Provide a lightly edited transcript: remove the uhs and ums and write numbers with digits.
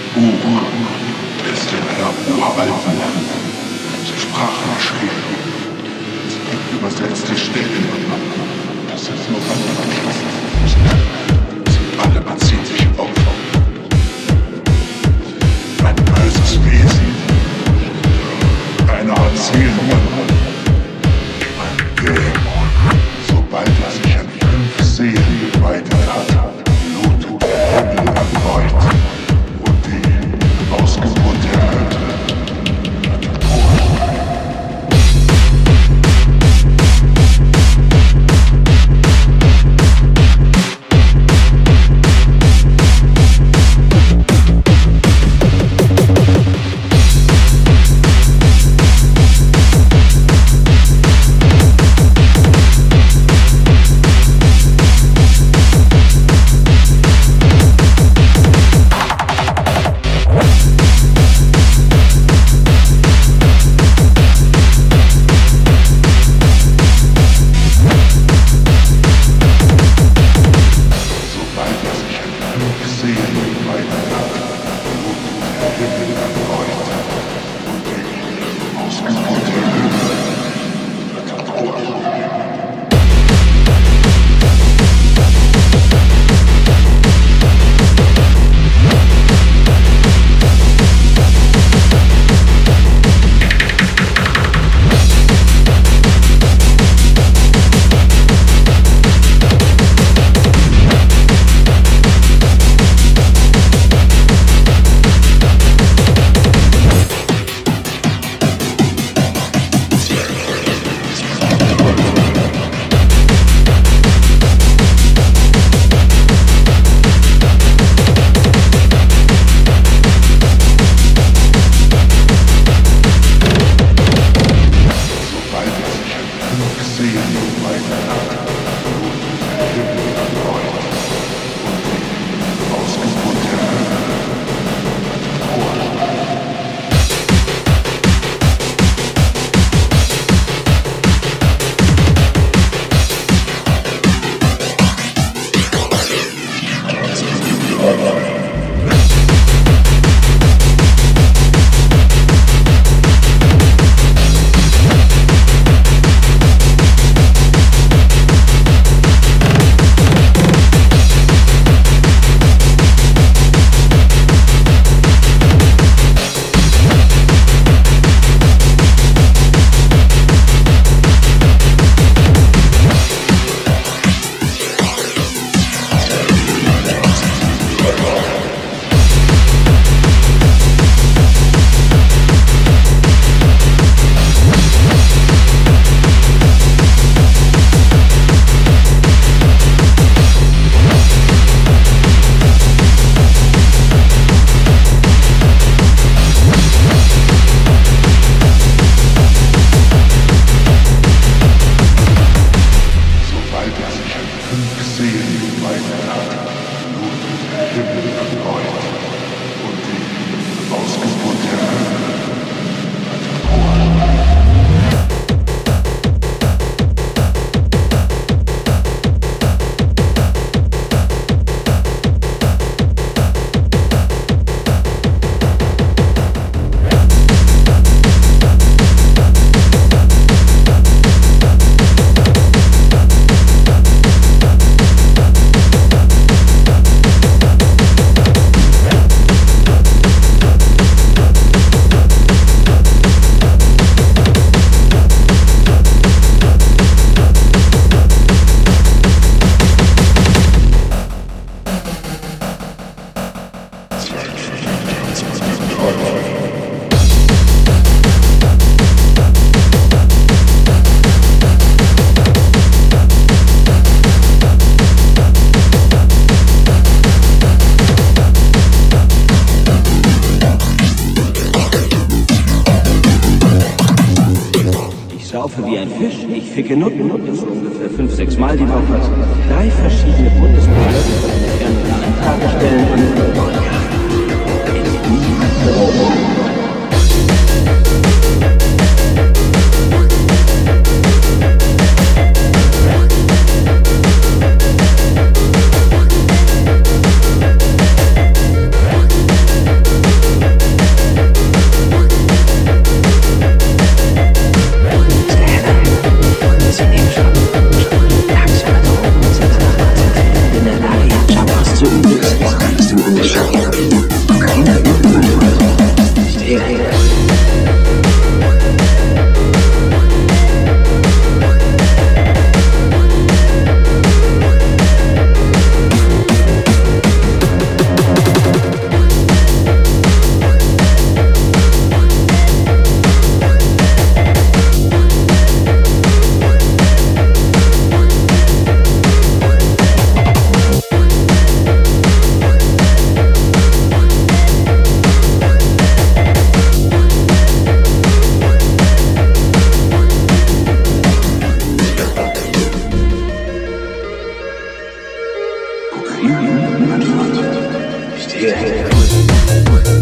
Buch ist in einer uralten, Sprache geschrieben. Es gibt übersetzte Stellen. Das ist nur Sie alle beziehen sich auf ein böses Wesen. Einer hat Zielen. Ein Dämon. Sobald er sich an 5 Seelen geweitet hat, blutet der Himmel erneut. Und die Ausgeburt der Götter hat den Tod. Saufe wie ein Fisch, ich ficke Nutten, das ungefähr 5, 6 Mal die Woche. 3 verschiedene Bundesbehörden können mir Anfrage stellen und Welt.